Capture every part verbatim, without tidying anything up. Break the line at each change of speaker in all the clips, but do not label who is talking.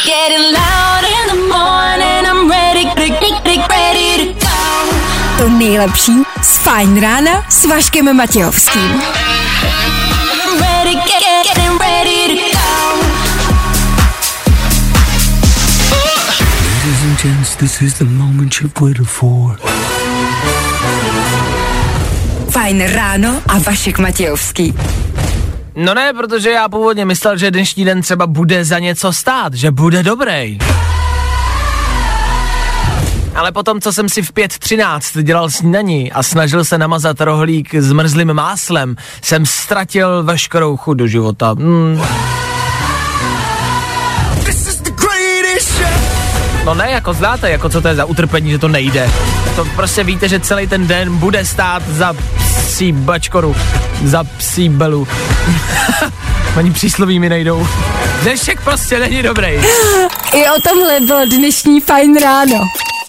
To nejlepší z Fajn rána s Vaškem Matějovským.
Ladies and gents, this is the moment you've waited for.
Fajn ráno a Vašek Matějovský.
No ne, protože já původně myslel, že dnešní den třeba bude za něco stát, že bude dobrý. Ale potom, co jsem si v pět třináct dělal snídani a snažil se namazat rohlík s mrzlým máslem, jsem ztratil veškerou chuť do života. Mm. No ne, jako znáte, jako co to je za utrpení, že to nejde. To prostě víte, že celý ten den bude stát za psí bačkoru, za psí belu. Ani přísloví mi nejdou. Dnešek prostě není dobrý.
I o tomhle bylo dnešní Fajn ráno.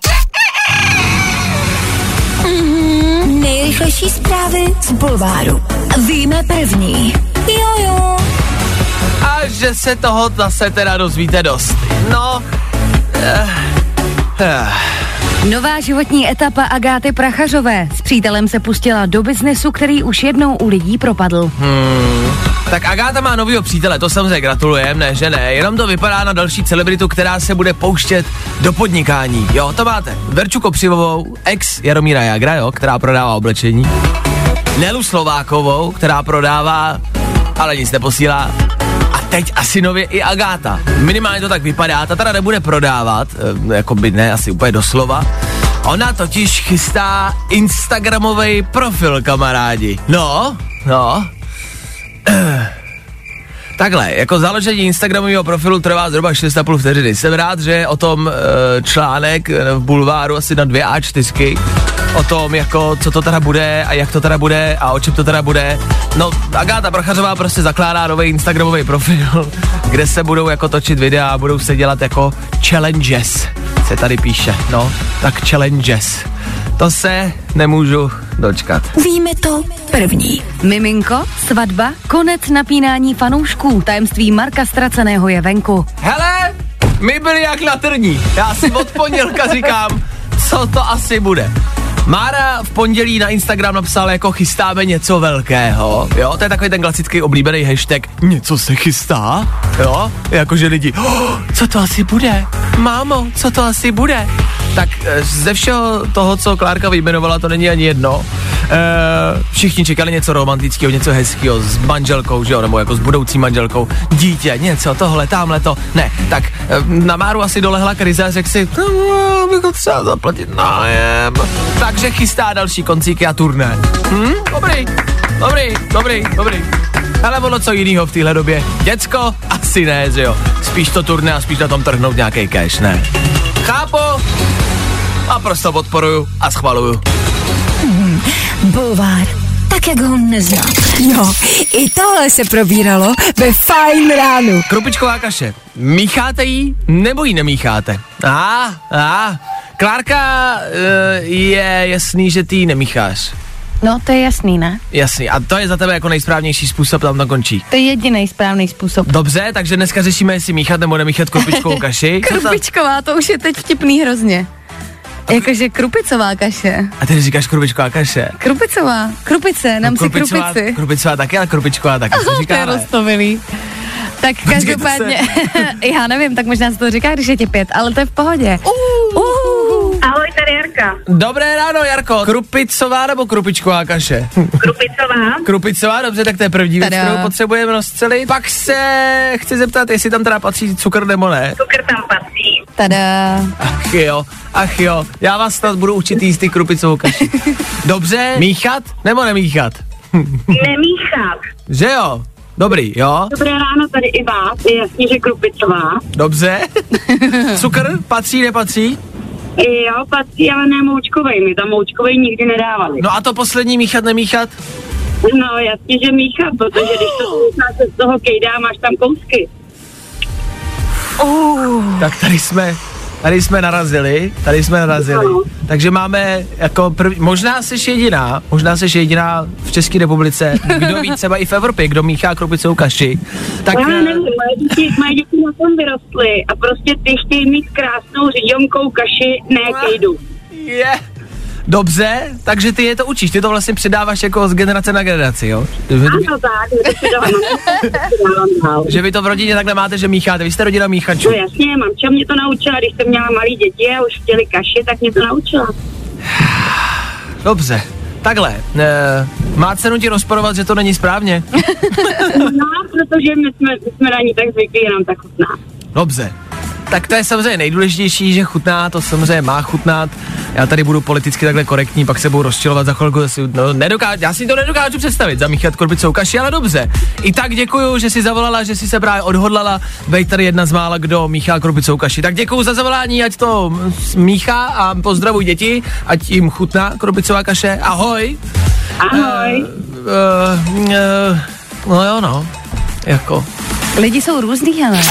Mm-hmm. Nejrychlejší zprávy z bulváru. Víme první. Jojo.
A že se toho zase teda dozvíte dost. No... Uh, uh.
Nová životní etapa Agáty Prachařové. S přítelem se pustila do biznesu, který už jednou u lidí propadl.
Hmm. Tak Agáta má novýho přítele, to samozřejmě gratulujem, ne, že ne, jenom to vypadá na další celebritu, která se bude pouštět do podnikání. Jo, to máte Verču Kopřivovou, ex Jaromíra Jágra, jo, která prodává oblečení. Nelu Slovákovou, která prodává, ale nic neposílá. A teď asi nově i Agáta. Minimálně to tak vypadá, ta teda nebude prodávat, e, jako by ne, asi úplně doslova. Ona totiž chystá instagramový profil, kamarádi. No, no. Takhle, jako založení instagramového profilu trvá zhruba šest a půl vteřiny. Jsem rád, že o tom e, článek v bulváru asi na dvě á čtyři, o tom, jako, co to teda bude a jak to teda bude a o čem to teda bude. No, Agáta Prachařová prostě zakládá nový instagramový profil, kde se budou jako točit videa a budou se dělat jako challenges, se tady píše, no, tak challenges. To se nemůžu dočkat.
Víme to první.
Miminko, svatba, konec napínání fanoušků. Tajemství Marka Ztraceného je venku.
Hele, my byli jak na trní. Já si od pondělka říkám, co to asi bude. Mára v pondělí na Instagram napsal, jako chystáme něco velkého, jo, to je takový ten klasický oblíbený hashtag, něco se chystá, jo, jakože lidi, oh, co to asi bude, mámo, co to asi bude, tak ze všeho toho, co Klárka vyjmenovala, to není ani jedno, e, všichni čekali něco romantického, něco hezkého s manželkou, že jo, nebo jako s budoucí manželkou, dítě, něco, tohle, tamhle to, ne, tak na Máru asi dolehla krize a řekl si, no, bych ho třeba zaplatit nájem, takže chystá další koncíky a turné. Hm, dobrý, dobrý, dobrý, dobrý. Ale ono co jinýho v téhle době, děcko, asi ne, že jo, spíš to turné a spíš na tom trhnout nějaký cash, ne. Chápu a prostě podporuju a schvaluju.
Hmm, bulvár, tak jak ho nezná. Jo, i tohle se probíralo ve Fajn ránu.
Krupičková kaše, mícháte jí nebo jí nemícháte? A, a, Klárka, je jasný, že ty ji nemícháš.
No, to je jasný, ne?
Jasný, a to je za tebe jako nejsprávnější způsob, tam to končí.
To je jediný správný způsob.
Dobře, takže dneska řešíme, jestli míchat nebo nemíchat krupičkovou kaši.
Krupičková, to už je teď vtipný hrozně. Jakože krupicová kaše.
A ty říkáš krupičková kaše?
Krupicová, krupice, nám no, si krupici.
Krupicová taky, ale krupičková taky se říká.
To je roztomilý. Tak každopádně, já nevím, tak možná se to říká, když je ti pět, ale to je v pohodě. Uh, uh.
Ahoj, tady Jarka.
Dobré ráno, Jarko. Krupicová nebo krupičková kaše?
Krupicová.
Krupicová, dobře, tak to je první věc, kterou potřebujeme rozcelit. Pak se chci zeptat, jestli tam teda patří cukr nebo ne.
Cukr tam patří.
Tada.
Ach jo, ach jo, já vás snad budu učit jíst ty krupicovou kaši. Dobře, míchat nebo nemíchat?
Nemíchat.
Že jo? Dobrý, jo?
Dobré ráno, tady i vás, je jasně, že krupicová.
Dobře. Cukr patří, nepatří?
Jo, patří, ale ne moučkovej, my tam moučkovej nikdy nedávali.
No a to poslední míchat, nemíchat?
No jasně, že míchat, protože když to mícháš z toho kejda, máš tam kousky.
Uh. Tak tady jsme tady jsme narazili, tady jsme narazili. Takže máme jako prv... možná jsi jediná, možná jsi jediná v České republice, kdo ví, třeba i v Evropě, kdo míchá krupicovou kaši. Tak...
Já nevím, moje děti, moje děti na tom vyrostly a prostě ty chtějí mít krásnou řídionkou kaši, ne kejdu.
Je. Yeah. Dobře, takže ty je to učíš, ty to vlastně předáváš jako z generace na generaci, jo?
Ano, tak, to předávám.
Že vy to v rodině takhle máte, že mícháte, vy jste rodina míchačů.
No jasně, mamča mě to naučila, když jsem měla malý děti a už chtěli kaši, tak mě to naučila.
Dobře, takhle, e, má cenu ti rozporovat, že to není správně?
No, protože my jsme, my jsme na ní tak zvyklí, jenom tak chutná.
Dobře. Tak to je samozřejmě nejdůležitější, že chutná, to samozřejmě má chutnat. Já tady budu politicky takhle korektní, pak se budu rozčilovat za chvilku. No, nedokážu, já si to nedokážu představit, zamíchat krupicovou kaši, ale dobře. I tak děkuju, že jsi zavolala, že jsi se právě odhodlala, bejt tady jedna z mála, kdo míchá krupicovou kaši. Tak děkuju za zavolání, ať to míchá a pozdravuj děti, ať jim chutná krupicová kaše. Ahoj.
Ahoj.
Uh, uh, uh, no jo, no, jako.
Lidi jsou různý, ale...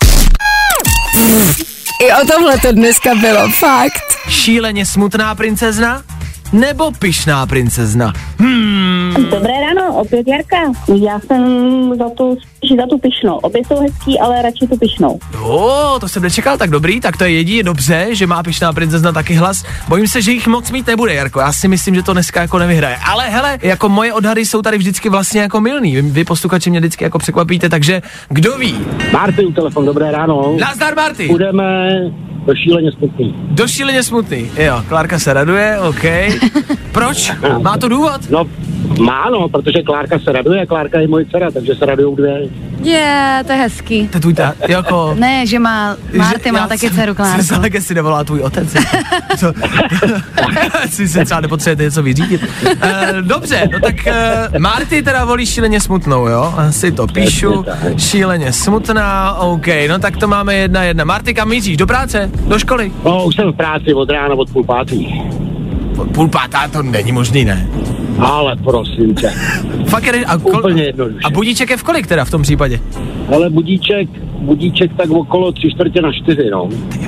I o tomhle to dneska bylo, fakt.
Šíleně smutná princezna nebo pyšná princezna? Hmm.
Dobré ráno, opět Jarka. Já jsem za tu, za tu pyšnou. Obě jsou hezký, ale radši tu pyšnou.
Jo, to jsem nečekal, tak dobrý, tak to je jedině dobře, že má pyšná princezna taky hlas. Bojím se, že jich moc mít nebude, Jarko. Já si myslím, že to dneska jako nevyhraje. Ale hele, jako moje odhady jsou tady vždycky vlastně jako mylný. Vy, vy posluchači mě vždycky jako překvapíte, takže kdo ví?
Martin, telefon, dobré ráno.
Nazdar, Martin.
Budeme do šíleně smutný.
Do šíleně smutný, jo, Klárka se raduje, OK. Proč? Má to důvod?
No, má no, protože Klárka se raduje, Klárka je moje dcera, takže se radujou dvě.
Je, yeah, to je hezký.
To je tvůj ta, jako...
Ne, že má, Marty má taky dceru Klárku.
Jsem si nevolá tvůj otec. Co? Si se třeba nepotřebujete něco vyřídit. Uh, dobře, no tak uh, Marty teda volí šíleně smutnou, jo? Asi to píšu. Šíleně smutná, OK, no tak to máme jedna jedna. Marty, kam míříš? Do práce? Do školy?
No, už jsem v práci od rána od půl pátý.
Od půl pátá to není možný, ne?
Ale prosím tě.
Fakt je, a, kol,
úplně jednoduše.
A budíček je v kolik teda v tom případě?
Ale budíček, budíček tak okolo tři čtvrtě na čtyři, no.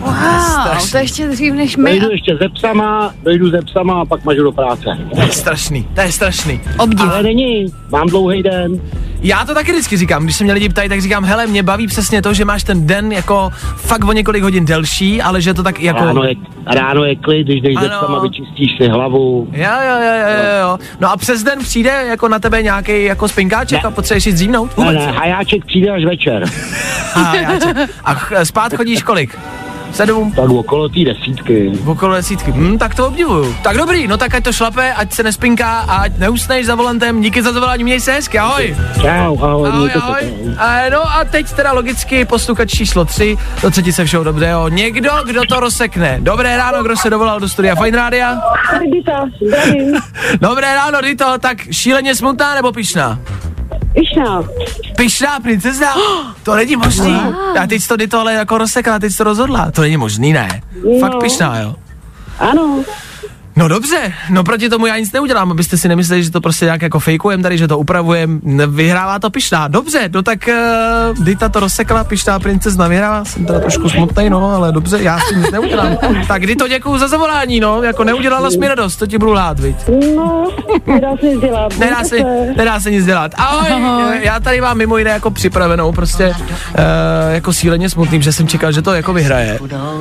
Wow, to ještě dřív než my.
Dojdu ještě ze psama, dojdu ze psama a pak mažu do práce.
To je strašný, to je strašný.
Obdiv.
Ale není, mám dlouhý den.
Já to taky vždycky říkám, když se mě lidi ptají, tak říkám, hele, mě baví přesně to, že máš ten den jako fakt o několik hodin delší, ale že to tak jako...
Ráno je, ráno je klid, když jdeš ze psama, vyčistíš si hlavu.
Jo, jo, jo, jo, jo. No a přes den přijde jako na tebe nějaký jako spinkáček ne. A potřebuješ jít dřívnout?
Ne, ne, hajáček přijde až večer.
Hajáček. A ch- spát chodíš kolik? Sedm?
Tak okolo té desítky.
Okolo desítky, hm, tak to obdivuju. Tak dobrý, no tak ať to šlape, ať se nespinká a ať neusneš za volantem. Díky za zavolání, měj se hezky, ahoj.
Čau, ahoj.
Ahoj, ahoj. A, no a teď teda logicky posluchač číslo tři, do třetí se všeho dobře, jo. Někdo, kdo to rozsekne. Dobré ráno, kdo se dovolal do studia Fajn rádia?
Dita, zdravím.
Dobré ráno, Dito, tak šíleně smutná nebo pyšná?
Pyšná.
Pyšná princezna? To není možný. Wow. A teď jsi to Dito ale jako rozsekla, teď jsi to rozhodla. To není možný, ne?
No.
Fakt pyšná, jo?
Ano.
No dobře, no proti tomu já nic neudělám, abyste si nemysleli, že to prostě nějak jako fejkujem tady, že to upravujem, vyhrává to pyšná. Dobře, no tak uh, Dita to rozsekla, pyšná princezna vyhrává, jsem teda trošku smutnej, no, ale dobře, já s tím nic neudělám. Tak Dito, děkuju za zavolání, no, jako neudělala jsi mi radost, to ti budu lhát, viď?
No, nedá se nic dělat.
Nedá se, nedá se nic dělat. Ahoj, Ahoj, já tady mám mimo jiné jako připravenou, prostě uh, jako síleně smutným, že jsem čekal, že to jako vyhraje.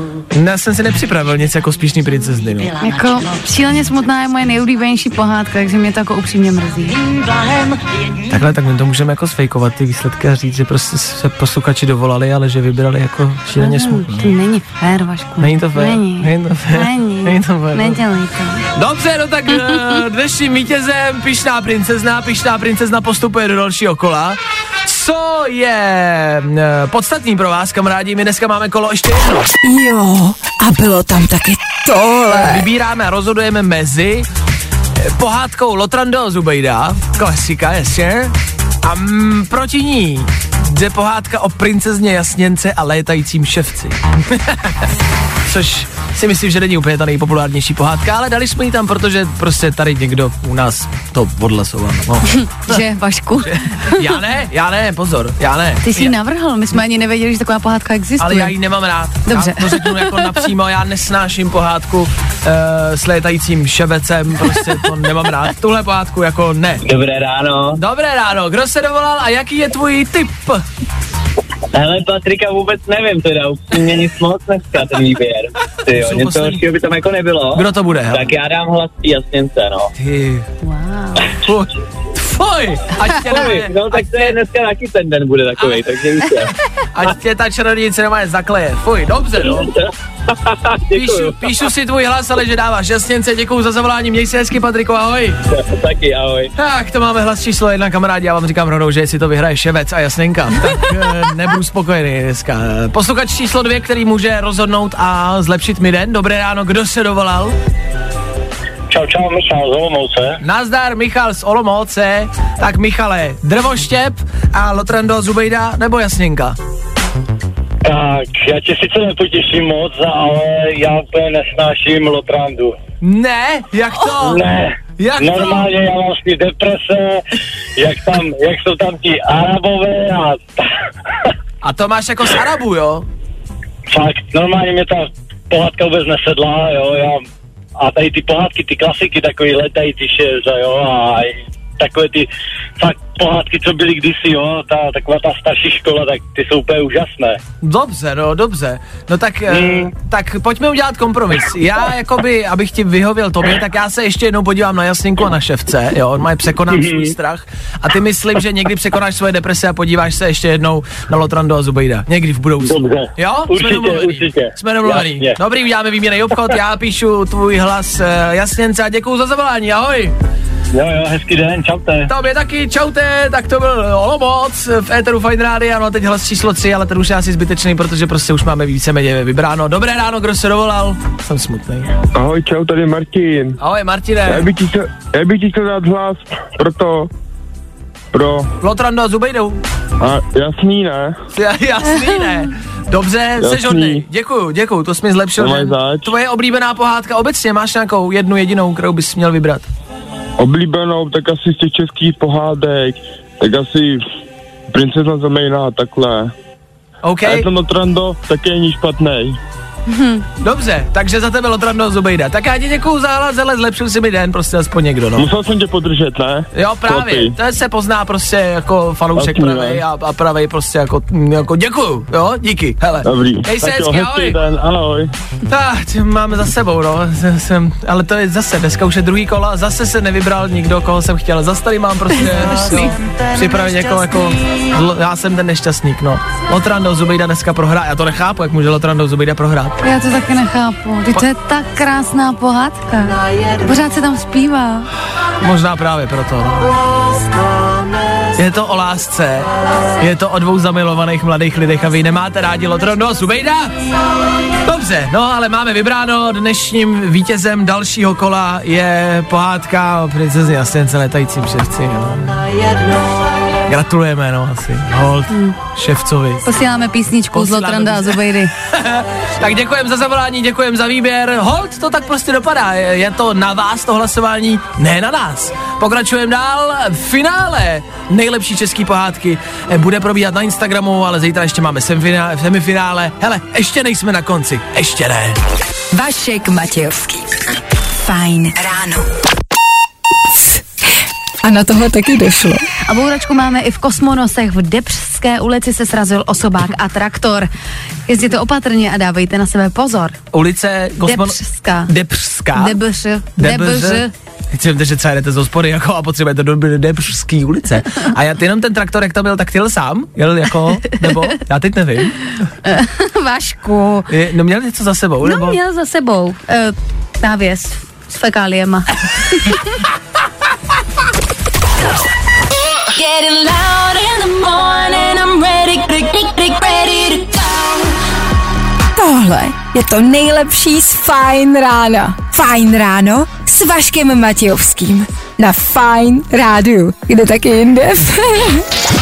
Já jsem si nepřipravil nic jako spíšný princezny, no.
Jako šíleně smutná je moje nejoblíbenější pohádka, takže mě to jako upřímně mrzí.
Takhle, tak my to můžeme jako sfejkovat ty výsledky a říct, že prostě se posluchači dovolali, ale že vybrali jako šíleně smutný.
To není fér, Vašku.
Není to fér.
Není.
Není to fér.
Není.
Není to fér.
Nedělej to.
Dobře, no tak dnešním vítězem pyšná princezna, pyšná princezna postupuje do dalšího kola. Co je podstatný pro vás, kamarádi, my dneska máme kolo ještě jedno.
Jo, a bylo tam taky tohle.
Vybíráme a rozhodujeme mezi pohádkou Lotrando a Zubejda, klasika, jasně, a m, proti ní Jde pohádka o princezně Jasněnce a létajícím ševci. Což si myslím, že není úplně ta nejpopulárnější pohádka, ale dali jsme ji tam, protože prostě tady někdo u nás to odhlasoval. No.
Že, Vašku?
Že, já ne, já ne, pozor, já ne.
Ty jsi ji
já,
navrhl, my jsme ani nevěděli, že taková pohádka existuje.
ale já ji nemám rád.
Dobře.
Já to řeknu jako napřímo, já nesnáším pohádku uh, s létajícím ševecem, prostě to nemám rád. Tuhle pohádku jako ne.
Dobré ráno.
Dobré ráno, kdo se dovolal a jaký je tvůj tip?
Hele, Patrika vůbec nevím teda, upřímně nic moc dneska ten výběr. Ty jo,
Jsou
něco
poslední.
horšího by tam jako nebylo.
Kdo to bude, hele?
Tak já dám hlas tý Jasněnce, no.
Ty.
Wow.
Fuj, fuj, ať tě
Fuj,
ne,
no tak to je dneska taky ten den bude takovej, takže víte.
ať tě ta čarodějnice normálně zakleje. Fuj, dobře, no. Píšu, píšu si tvůj hlas, ale že dáváš Jasněnce, děkuju za zavolání, měj se hezky, Patriku, ahoj.
Taky, ahoj.
Tak, to máme hlas číslo jedna, kamarádi, já vám říkám rovnou, že si to vyhraje Ševec a Jasněnka, tak e, nebudu spokojený dneska. Posluchač číslo dvě, který může rozhodnout a zlepšit mi den, dobré ráno, kdo se dovolal?
Čau, čau, Michal z Olomouce.
Nazdar, Michal z Olomouce. Tak Michale, Drvoštěp a Lotrando Zubejda nebo Jasněnka?
Tak, já tě sice nepotěším moc, ale já úplně nesnáším Lotrandu.
Ne, jak to?
Ne,
Jak to?
normálně já mám spíš deprese, jak tam, jak jsou tam ti Arabové a...
A to máš jako z Arabu, jo?
Fakt, normálně mě ta pohádka vůbec nesedla, jo, já... A tady ty pohádky, ty klasiky, takový letající ševce, jo, a takové ty fakt pohádky, co byly kdysi, jo, ta, taková ta starší škola, tak ty jsou úplně úžasné.
Dobře, no, dobře. No tak,
Hmm.
eh, tak pojďme udělat kompromis. Já, jakoby, abych ti vyhověl tobě, tak já se ještě jednou podívám na Jasněnku a na Ševce, jo, on má překonám svůj strach. A ty myslím, že někdy překonáš svoje deprese a podíváš se ještě jednou na Lotrando a Zubejda. Někdy v budoucnu.
Dobře.
Jo?
Určitě,
Jsme domluvený.
určitě.
Jsme domluvený.
Jasně.
Dobrý, uděláme výměnej obchod, já píšu tvůj hlas eh, Jasněnce a děkuju za zavolání, ahoj.
Jo, jo, hezký den, čaute.
Tobě taky, čaute, tak to byl Olomouc v éteru Fajn Rádia, no a teď hlas číslo tři, ale ten už je asi zbytečný, protože prostě už máme víceméně vybráno. Dobré ráno, kdo se dovolal? Jsem smutný.
Ahoj, čau, tady Martin.
Ahoj, Martine.
Já bych ti chtěl, já bych ti chtěl dát hlas pro to, pro,
Lotrando a Zubejdou.
a jasný, ne?
Jasný, ne. Dobře,
Jasný.
seš hodný. Děkuju, děkuju, to jsi mi zlepšil.
Nemáš
den.
zač.
Tvoje oblíbená pohádka obecně, máš nějakou jednu jedinou, kterou bys měl vybrat?
Oblíbenou, tak asi z těch českých pohádek, tak asi Princezna Zamejná, takhle.
OK.
A ten Lotrando taky není špatnej.
Dobře, takže za tebe Lotrando a Zubejda. Tak já ti děkuju za hlas, ale zlepšil si mi den, prostě aspoň někdo, no.
Musel jsem tě podržet, ne?
Jo, právě,
Chlapi.
to se pozná prostě jako fanoušek
Jasný,
pravej
ne?
a, a pravej prostě jako, jako děkuju, jo, díky, hele.
Dobrý.
Dej se
Tak jo,
hezky,
hezký
ahoj.
den, ahoj.
Tak, tě máme za sebou, no, z- jsem, ale to je zase, dneska už je druhý kolo a zase se nevybral nikdo, koho jsem chtěl, zase tady mám prostě, jo, připravit někoho jako, zlo, já jsem ten nešťastník, no. Lotrando Zubejda dneska prohrá, já to nechápu, jak může Lotrando Zubejda prohrát.
Já to taky nechápu. Teď to je tak krásná pohádka. Pořád se tam zpívá.
Možná právě proto, no. Je to o lásce, je to o dvou zamilovaných mladých lidech a vy nemáte rádi Lotrando a Zubejda? Dobře, no ale máme vybráno, dnešním vítězem dalšího kola je pohádka o princezně Jasněnce letajícím ševci, no. Gratulujeme, no asi, hold, ševcovi.
Posíláme písničku z
Posíláme
Lotranda a
písničku.
Zubejdy.
Tak děkujem za zavolání, děkujem za výběr. Hold, to tak prostě dopadá. Je, je to na vás to hlasování, ne na nás. Pokračujeme dál. Finále nejlepší český pohádky bude probíhat na Instagramu, ale zítra ještě máme semifinále. semifinále. Hele, ještě nejsme na konci. Ještě ne.
Vašek Matějovský. Fajn ráno. A na tohle taky došlo.
A bouračku máme i v Kosmonosech. V Debřské ulici se srazil osobák a traktor. Jezděte opatrně a dávejte na sebe pozor.
Ulice Kosmon...
Debřská.
Debřská.
Debř.
Debř.
Debř.
Chcem, že třeba jdete z hospody jako a potřebujete do Debřský ulice. A já jenom ten traktor, jak to byl, tak ty jel sám? Jel jako, nebo? Já teď nevím.
Vašku.
Je, no měl něco za sebou, nebo?
No, měl za sebou. Uh, návěs s fekáliema.
Tohle je to nejlepší z Fajn rána. Fajn ráno s Vaškem Matějovským. Na Fajn rádiu. Kde taky jinde?